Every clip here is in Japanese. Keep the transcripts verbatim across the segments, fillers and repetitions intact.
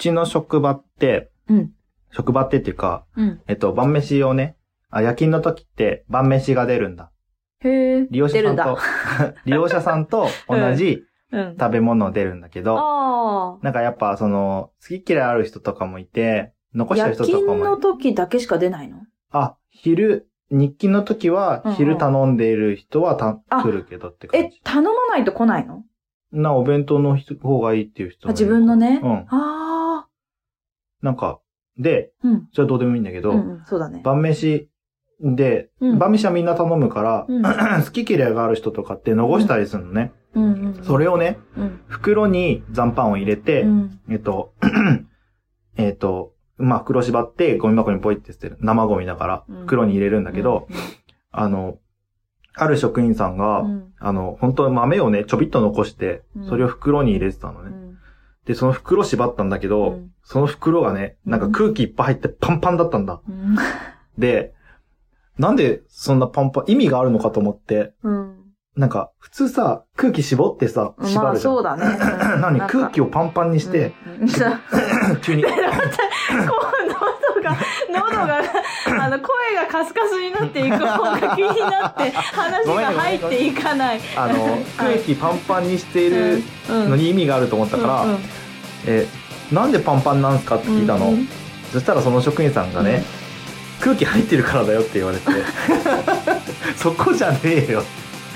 ちの職場って、 うん、 職場ってっていうか、 うん、 えっと、晩飯をね、あ、夜勤の時って晩飯が出るんだ。 へー。 利用者さんと、利用者さんと同じ食べ物出るんだけど、 うんうん、 なんかやっぱその、好き嫌いある人とかもいて、残した人とかも。 夜勤の時だけしか出ないの？ あ、昼、日勤の時は、昼頼んでいる人はた、うんうん、来るけどって感じ。 え、頼まないと来ないの？ な、お弁当の方がいいっていう人もいる。 あ、自分のね。 うん。 ああ。 なんか、で、 うん、 それはどうでもいいんだけど、 うんうん、そうだね。 晩飯で、うん、晩飯はみんな頼むから、うん、好き嫌いがある人とかって残したりするのね。 うんうんうん、 それをね、 うん、 袋に残飯を入れて、うん、えっと、えっと、まあ、袋縛ってゴミ箱にポイって捨てる。生ゴミだから、袋に入れるんだけど、うんうん、あの、ある職員さんが、うん、あの、本当に豆をね、ちょびっと残して、それを袋に入れてたのね。うん、で、その袋縛ったんだけど、うん、その袋がね、なんか空気いっぱい入ってパンパンだったんだ。うん、で、なんでそんなパンパン、意味があるのかと思って、うん、なんか、普通さ、空気絞ってさ、縛るじゃん。 まあそうだね。 うん、何空気をパンパンにして、うん、急に。 こう、喉が、喉が、あの、声がカスカスになっていく方が気になって、話が入っていかない。 あの、空気パンパンにしているのに意味があると思ったから、うんうん、え、なんでパンパンなんすかって聞いたの。うんうん、そしたらその職員さんがね、うん、空気入ってるからだよって言われて、そこじゃねえよ。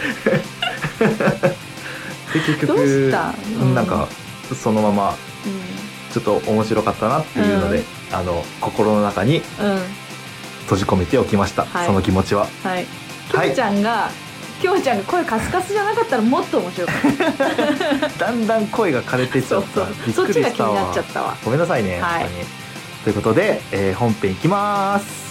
で結局、うん、なんかそのままちょっと面白かったなっていうので、うん、あの心の中に閉じ込めておきました、うん、その気持ちは。 はい。きょうちゃんが、はい、きょうちゃんが声カスカスじゃなかったらもっと面白かった。 だんだん声が枯れていっちゃった。 そうそう、びっくりしたわ。そっちが気になっちゃったわ。 ごめんなさいね、はい、本当に。ということで、えー、本編いきまーす。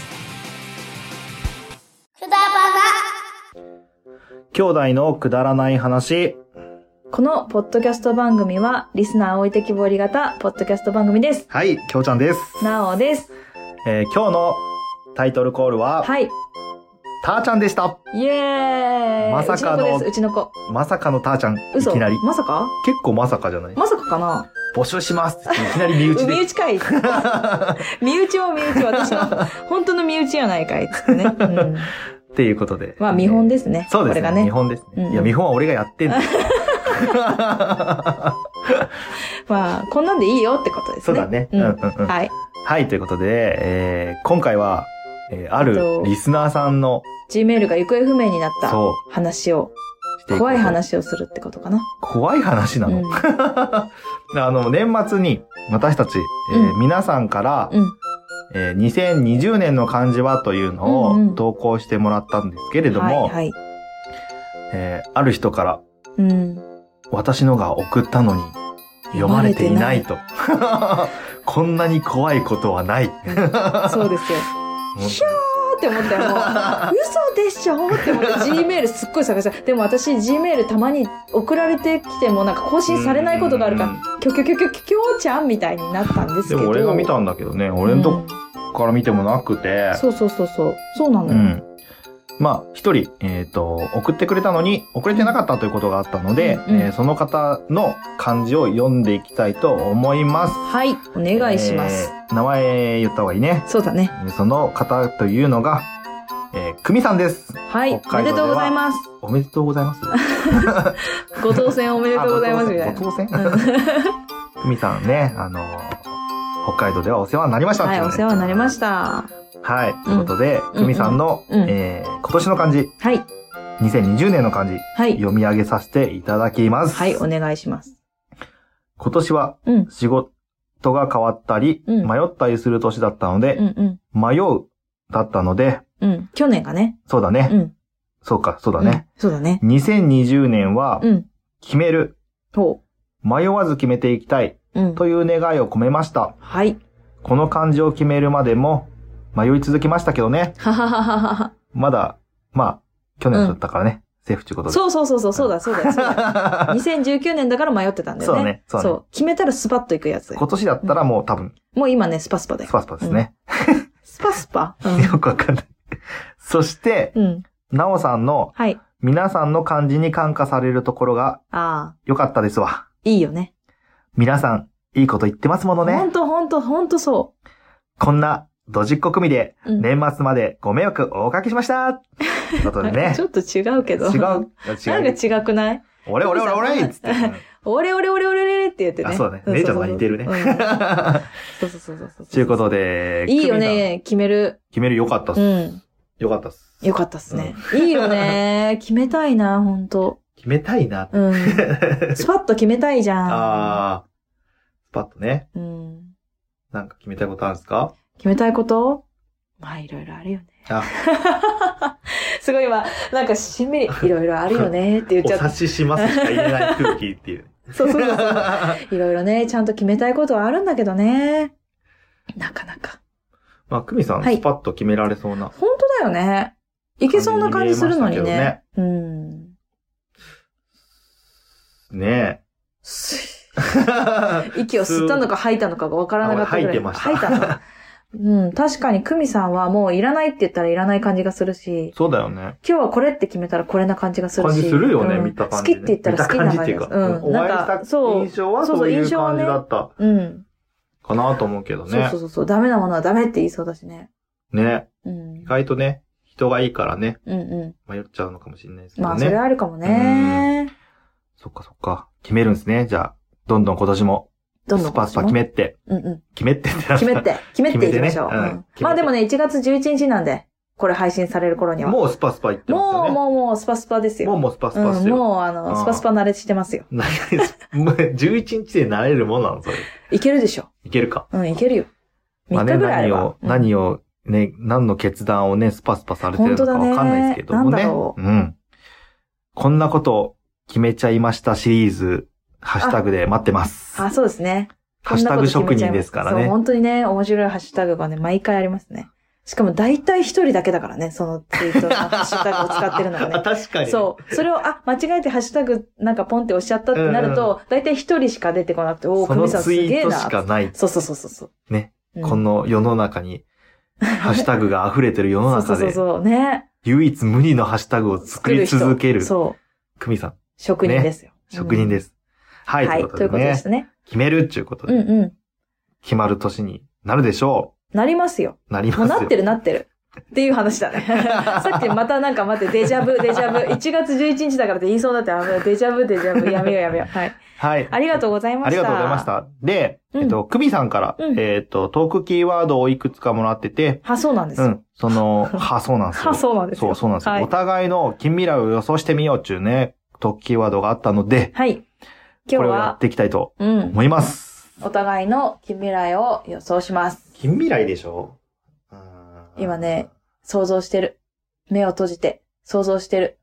くだばな。 兄弟のくだらない話。 このポッドキャスト番組はリスナー置いてきぼり型ポッドキャスト番組です。 はい、きょうちゃんです。 なおです。 えー、今日のタイトルコールは、 はい、 たーちゃんでした。 イエーイ。 まさかの、 うちの子。 まさかのたーちゃん。 嘘。 いきなり。 まさか？ 結構まさかじゃない？ まさかかな？ 募集しますっていきなり身内で。 身内かい。身内も身内、私の本当の身内やないかいっつってね。うんっていうことで。 まあ見本ですね。 そうですね。 これがね。 見本ですね。うん、いや、見本は俺がやってんだよ。 まあ、こんなんでいいよってことですね。 そうだね。うんうんうん。 はい。 はい、ということで、えー、今回は、えー、あるリスナーさんの Gmail が行方不明になった話を、怖い話をするってことかな。 怖い話なの、うん、あの、年末に私たち、えーうん、皆さんから、うんえー、にせんにじゅうねんの漢字はというのを投稿してもらったんですけれども、うんうんはいはいえー、ある人から、うん、私のが送ったのに読まれていないと。こんなに怖いことはない。 そうですよ。ひゃーって思ったよ。もう嘘でしょって思って Gmail すっごい探した。でも私 Gmail たまに送られてきてもなんか更新されないことがあるから、キョキョキョキョキョキョちゃんみたいになったんですけど。 でも俺が見たんだけどね、俺のとこから見てもなくて。 うん、そうそうそうそう。そうなのよ。うんまあ、一人、えっと、送ってくれたのに、送れてなかったということがあったので、うんえー、その方の漢字を読んでいきたいと思います。 はい、お願いします。 えー、名前言った方がいいね。 そうだね。 その方というのが、えー、久美さんです。 はい、おめでとうございます。 おめでとうございます。 ご当選おめでとうございますみたいな。 ご当選久美さんね、あの、北海道ではお世話になりました。 はい、お世話になりました。 はい。ということで、久美、うん、さんの、うんえー、今年の漢字。 はい。 にせんにじゅうねんの漢字。はい。読み上げさせていただきます。 はい、お願いします。 今年は、仕事が変わったり、うん、迷ったりする年だったので、うんうん、迷うだったので、 うん。去年がね。 そうだね。うん。そうか、そうだね。 うん、そうだね。 にせんにじゅうねんは、うん、決める。 ほう。迷わず決めていきたい。うん。という願いを込めました。 はい。 この漢字を決めるまでも、迷い続きましたけどね。 ははははは。 まだ、まあ、去年だったからね。うん、セーフっていうことで。 そうそうそうそう、そうだそうだそうだ。にせんじゅうきゅうねんだから迷ってたんだよね。 そうね。そうね。そう。 決めたらスパッといくやつ。 今年だったらもう多分。 もう今ね、スパスパで。 スパスパですね。 うん、スパスパ、 うん、よくわかんない。そして、うん、なおさんの、はい。皆さんの漢字に感化されるところが、ああ。良かったですわ。 いいよね。 皆さん、 いいこと言ってますものね。 ほんとほんとほんとそう。 こんな、ドジっ子組で、年末までご迷惑おかけしました、うん、ということでね。 ちょっと違うけど。 違う。違う。 なんか違くない？ 俺俺俺俺っつって。 俺俺俺俺俺って言ってね。 あ、そうだね。姉ちゃんは似てるね。 そうそうそうそうそう。 ということで。 いいよね、決める。 決めるよかったっす。うん。よかったっす。 よかったっすね。いいよね。決めたいな、ほんと。 決めたいな。 うん。スパッと決めたいじゃん。 ああ。スパッとね。 うん。 なんか決めたいことあるんですか？ 決めたいこと？まあ、いろいろあるよね。あすごい今、なんかしんみり、いろいろあるよねって言っちゃった。 お察ししますしか言えない空気っていう。 そうそうそう。いろいろね、ちゃんと決めたいことはあるんだけどね。なかなか。 まあ、久美さん、はい、スパッと決められそうな。 本当だよね。いけそうな感じするのにね。ねうん。 ねえ。 息を吸ったのか吐いたのかがわからなかったぐらい。 吐いてました。 吐いたのか。うん。確かに、久美さんはもういらないって言ったらいらない感じがするし。 そうだよね。 今日はこれって決めたらこれな感じがするし。 感じするよね、うん、見た感じ、ね。 好きって言ったら好きな感じ。見た感じっていうか。うん。なんか、そう。 印象はそういう感じだった。 うん。 かなと思うけどね。 そうそうそう。ダメなものはダメって言いそうだしね。 ね。 うん。 意外とね、人がいいからね。 うんうん。 迷っちゃうのかもしれないですけどね。 まあ、それはあるかもね。 そっかそっか。決めるんですね。じゃあ、どんどん今年も。どんどんスパスパ決めって。 うんうん。 決めってって決めって。決めっていきましょう。うん。まあでもね、いちがつじゅういちにちなんで、これ配信される頃には。 もうスパスパ言ってますよね。 もう、もう、もうスパスパですよ。 もうもうスパスパですよ。 もう、あの、スパスパ慣れしてますよ。 慣れです。もうじゅういちにちで慣れるもんなのそれ。 いけるでしょ。 いけるか。 うん、いけるよ。みっかぐらいあれば。 何を、何を、ね、何の決断をね、スパスパされてるのかわかんないですけどもね。 なんだろう。うん。こんなこと決めちゃいましたシリーズ、ハッシュタグで待ってます。 あ、そうですね。 ハッシュタグ職人ですからね。 そう、本当にね、面白いハッシュタグがね、毎回ありますね。しかも大体一人だけだからね、そのツイートのハッシュタグを使ってるのがね。 確かに。 そう。それを、あ、間違えてハッシュタグなんかポンって押しちゃったってなると、大体一人しか出てこなくて、おー、神さんすげえな。 そのツイートしかない。 そうそうそうそう。 ね、うん。この世の中に、ハッシュタグが溢れてる世の中で。 そうそうそう、ね。 唯一無二のハッシュタグを作り続ける。 そう。 久美さん。 職人ですよ。 職人です。はい、 ということでね。ということですね。 決めるっていうことで。 うんうん。 決まる年になるでしょう。なりますよ。 なりますよ。 もうなってるなってる。っていう話だね。さっきまたなんか待って、デジャブ、デジャブ。いちがつじゅういちにちだからって言いそうだって、あ、デジャブ、デジャブ。やめようやめよう。はい。 はい。 ありがとうございました。 ありがとうございました。で、えっと、久美さんから、えっと、トークキーワードをいくつかもらってて。 は、そうなんですよ。 うん。その、は、そうなんですよ。 は、そうなんですよ。 そう、そうなんですよ。お互いの近未来を予想してみようっていうね、トークキーワードがあったので。 はい。今日は。 これをやっていきたいと思います。 お互いの近未来を予想します。 近未来でしょ？ 今ね、想像してる。目を閉じて、想像してる。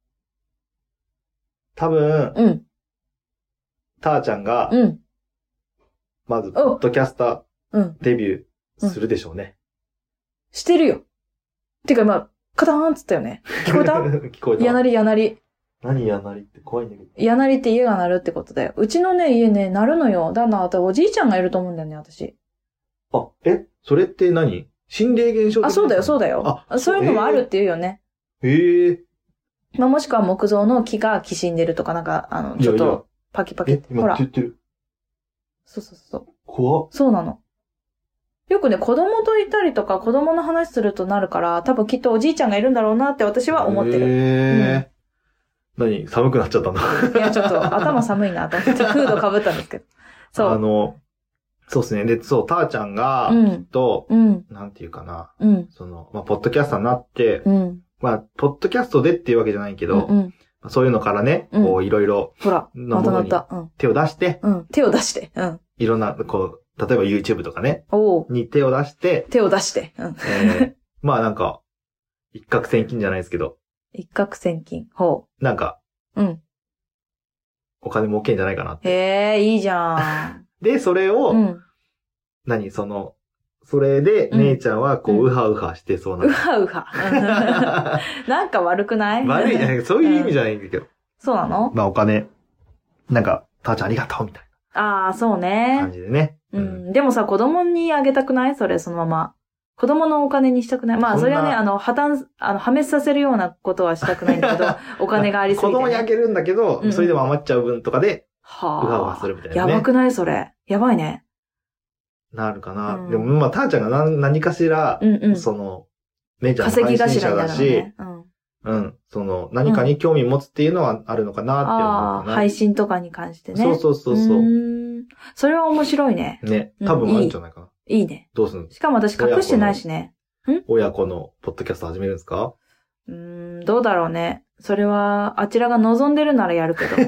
多分、 うん。 たーちゃんが、 うん。 まず、ポッドキャスター、デビューするでしょうね。うんうん、 してるよ。てか、まあ、カターンっつったよね。聞こえた聞こえた。 やなりやなり。 何やなりって怖いんだけど。 やなりって家が鳴るってことだよ。うちのね、家ね、鳴るのよ。だんだん、あとおじいちゃんがいると思うんだよね、私。 あ、えそれって何心霊現象的？ あ、そうだよ、そうだよ。あ、そういうのもあるって言うよね。 へえー。 まあ、もしくは木造の木がきしんでるとか、なんか、あの、ちょっと、パキパキ。 いやいやほら。言ってる。 そうそうそう。 怖っ。 そうなの。よくね、子供といたりとか、子供の話するとなるから、多分きっとおじいちゃんがいるんだろうなって私は思ってる。 へー。うん、何寒くなっちゃったんだ。 いや、ちょっと頭寒いなと思ってフード被ったんですけど。そう。 あの、そうですね。で、そう、たーちゃんが、きっと、うん、なんていうかな。 うん。 その、まあ、ポッドキャスターになって、 うん。 まあ、ポッドキャストでっていうわけじゃないけど、うんうんそういうのからね、こう、いろいろ、 ほら、またまた、 手を出して、 うん、手を出して、うん。 いろんな、こう、例えば YouTube とかね、 おに手を出して、 手を出して、うん。 えー、まあなんか、一攫千金じゃないですけど、 一攫千金、ほう。なんか、 うん。 お金儲けんじゃないかなって。 へえ、いいじゃん。 で、それを、うん、何、その、それで、姉ちゃんは、こう、ウハウハしてそうな。 ウハウハ。なんか悪くない悪いじゃない、そういう意味じゃないんだけど。 そうなの？ まあ、お金、なんか、たーちゃんありがとう、みたいな。ああ、そうね。 感じでね。 うん。でもさ、子供にあげたくないそれ、そのまま。子供のお金にしたくない。まあ、それはね、あの、破綻、あの、破滅させるようなことはしたくないんだけど、お金がありすぎて、ね。 子供にあげるんだけど、それでも余っちゃう分とかで、 はあ。 うわうわするみたいなね。 やばくないそれ。やばいね。 なるかな。 うん、 でも、まあ、たーちゃんが何何かしら、うんうん、その、メジャーの配信者だし、ね、うん、うん。その、何かに興味持つっていうのはあるのかなって思うかな。 うん、あ配信とかに関してね。 そうそうそうそう。 うんそれは面白いね。 ね。多分あるんじゃないかな。 うん、いい、いいね。 どうするの？ しかも私隠してないしね。 ん親子のポッドキャスト始めるんですか？ うーん、どうだろうね。それは、あちらが望んでるならやるけど。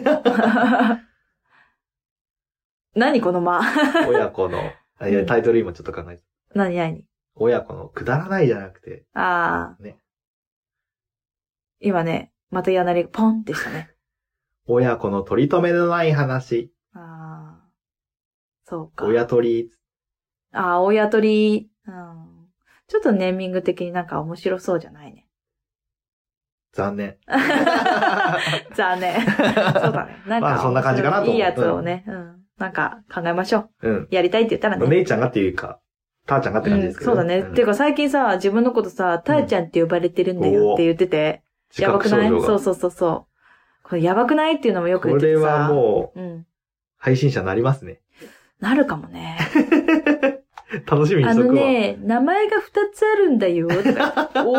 何この間。 親子の、いや、タイトル今ちょっと考えて。 何何親子のくだらないじゃなくて。 ああ。 ね。 今ね、またやなりがポンってしたね。 親子の取り留めのない話。 ああ。そうか。 親鳥。 ああ、親鳥。うん。ちょっとネーミング的になんか面白そうじゃないね。 残念。 残念。そうだね。なんか、 まあそんな感じかなと思う。 いいやつをね、うん、うん。なんか考えましょう。 うん。 やりたいって言ったらね。 お姉ちゃんがっていうか、たーちゃんがって感じですけど、 うん。そうだね。うん、っていうか最近さ、自分のことさ、たーちゃんって呼ばれてるんだよって言ってて、うん、やばくない？そうそうそうそう。これやばくないっていうのもよく言っててさ。 これはもう、うん、配信者になりますね。 なるかもね。 楽しみにしとくわ。 あのね、名前が二つあるんだよ、とか。おーおーお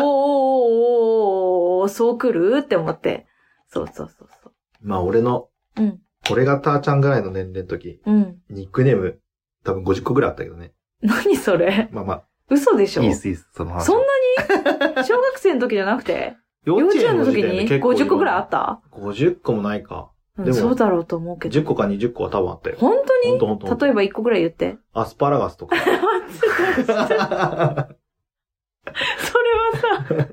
ーおーそう来るって思って。そうそうそうそう。 まあ俺の、うん。これがたーちゃんぐらいの年齢の時、うん。ニックネーム、多分ごじゅっこぐらいあったけどね。 何それ？ まあまあ。 嘘でしょ？ いいっすいいっす、その話。 そんなに？小学生の時じゃなくて幼稚園の時にごじゅっこぐらいあった？ ごじゅっ 個もないか。 でもそうだろうと思うけど。 じゅっこかにじゅっこは多分あったよ。 本当に？ ほんとほんとほんと。 例えばいっこぐらい言って。 アスパラガスとか。それはさ、何褒められ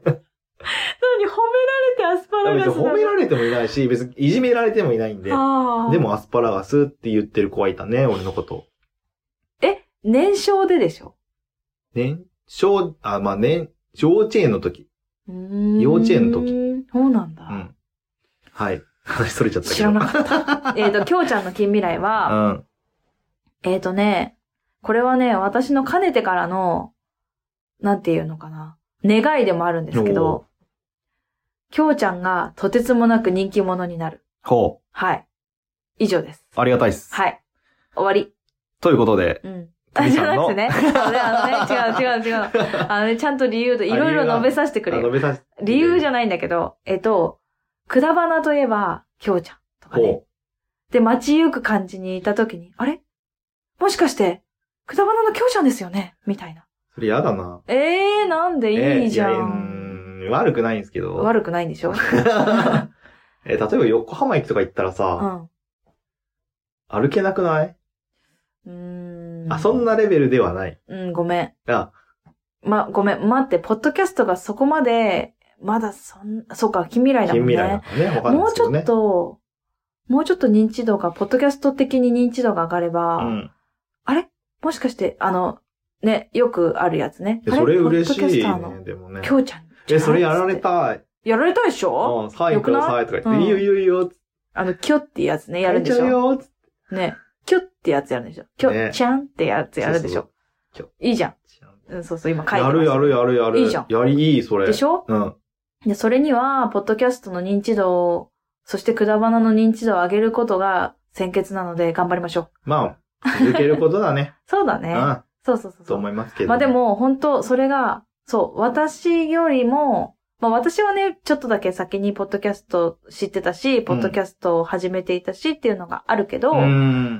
てアスパラガス別に褒められてもいないし、別にいじめられてもいないんで。でもアスパラガスって言ってる子はいたね、俺のこと。 え、年少ででしょ？ 年少、あ、まあ年、幼稚園の時。幼稚園の時。 そうなんだ。 うん。はい。話それちゃったけど。 知らなかった。えっと、きょうちゃんの近未来は、うん、えっとね、これはね、私のかねてからの、なんていうのかな、願いでもあるんですけど、きょうちゃんがとてつもなく人気者になる。 ほう。 はい。以上です。 ありがたいっす。 はい。終わり。 ということで、 うん。あ、じゃなくてね。あのね、あのね、違う違う違う。あのね、ちゃんと理由と、いろいろ述べさせてくれよ。 述べさせて。 理由じゃないんだけど、えっと、くだばなといえば、きょうちゃんとかね。で、街行く感じにいたときに、あれもしかして、くだばなのきょうちゃんですよねみたいな。 それやだな。 ええー、なんでいいじゃん。えー、いや悪くないんですけど。 悪くないんでしょえ、例えば横浜駅とか行ったらさ、うん、歩けなくない？うーん。あ、そんなレベルではない。 うん、ごめん。 あ、 ま、ごめん。待って、ポッドキャストがそこまで、まだそん、そうか、近未来だもんね。 近未来だからね。わかんないですけどね。 もうちょっと、もうちょっと認知度が、ポッドキャスト的に認知度が上がれば、うん、あれもしかして、あの、ね、よくあるやつね。 それ嬉しいね、でもね。 きょうちゃん。 え、それやられたい。 やられたいでしょ？ うん、サインくださいとか言って、いいよいいよいいよ。 あの、きょってやつね、やるんでしょ？よね。きょってやつやるんでしょ？きょちゃんってやつやるでしょ？いいじゃん。うん、そうそう、今書いてます。 やるやるやるやる。 いいじゃん。 やりいい、それ。 でしょ？ うん。 で、それには、ポッドキャストの認知度を、そしてくだばなの認知度を上げることが先決なので頑張りましょう。 まあ、続けることだね。 そうだね。うん。そうそうそう。 と思いますけど、ね。 まあでも、本当それが、そう、私よりも、まあ私はね、ちょっとだけ先にポッドキャスト知ってたし、ポッドキャストを始めていたしっていうのがあるけど、うん、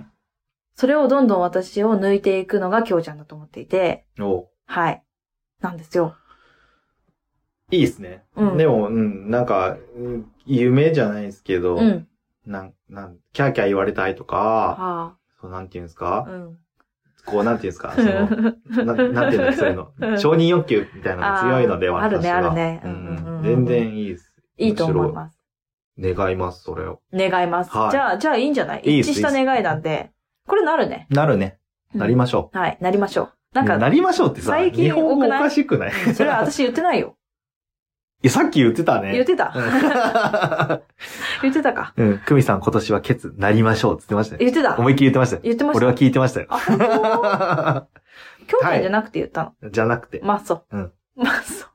それをどんどん私を抜いていくのがきょうちゃんだと思っていて、 おはい。なんですよ。 いいですね。うん、でも、うん、なんか、夢じゃないですけど、うん、なん、なん、キャーキャー言われたいとか、はあ、そう、なんていうんですか、うん、こう、なんていうんですか、その、ななんていうんだっけ、そういうの。承認欲求みたいなのが強いので、私は。あるね、あるね。うん、全然いいです。 いいと思います。 願います、それを。 願います。はい、じゃあ、じゃあいいんじゃない？一致した願いなんで、これなるね。 なるね。なりましょう。はい、なりましょう。なんか、 なりましょうってさ、最近日本語おかしくない？ それは私言ってないよ。 いや、さっき言ってたね。 言ってた。言ってたか。 うん。久美さん今年はケツなりましょうって言ってましたよ。 言ってた。 思いっきり言ってましたよ。 言ってました。 俺は聞いてましたよ。 あ、本当？きょうちゃんじゃなくて言ったの、 はい、じゃなくて。 まあそう。 うん。 まあそう。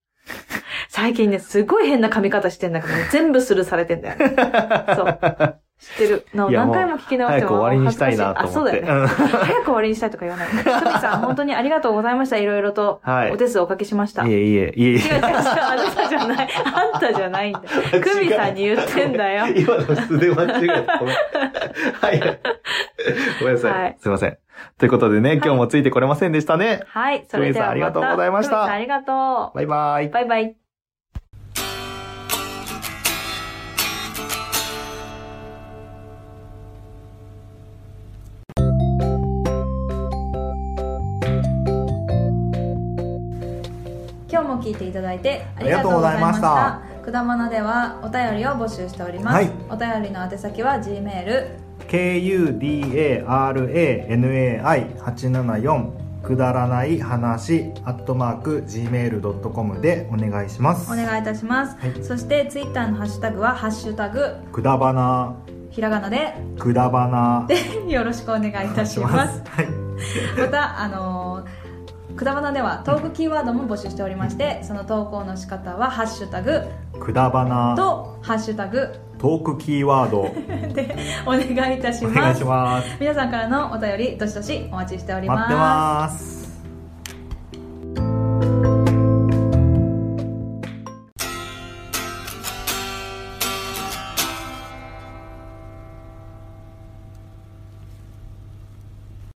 最近ね、すごい変な髪型してんだけど、全部スルーされてんだよね。そう。 知ってるのを何回も聞き直しても早く終わりにしたいなと思って。 あ、そうだよね。早く終わりにしたいとか言わない。クミさん、本当にありがとうございました。いろいろと。はい。お手数おかけしました。 いえいえ、いえいえ。 違う違う違う、あなたじゃない。あんたじゃないんだよ。クミさんに言ってんだよ。 今の素で間違えた。ごめん。はい。ごめんなさい。はい、すいません。ということでね、今日もついてこれませんでしたね。 はい。それではまた。 クミさんありがとうございました。クミさんありがとう。 バイバイ。 バイバイ。今日も聞いていただいてありがとうございました。くだまなではお便りを募集しております。はい、お便りの宛先は G メールケーユーディーエーアールエーエヌエーアイはちななよん くだらない話アットマーク ジーメールドットコム でお願いします。 お願いいたします。はい、そしてツイッターのハッシュタグはハッシュタグくだばな、 ひらがなでくだばなでよろしくお願いいたします。はい、またあのーくだばなではトークキーワードも募集しておりまして、その投稿の仕方はハッシュタグくだばなとハッシュタグトークキーワードでお願いいたします。 お願いします。 皆さんからのお便りどしどしお待ちしております。 待ってます。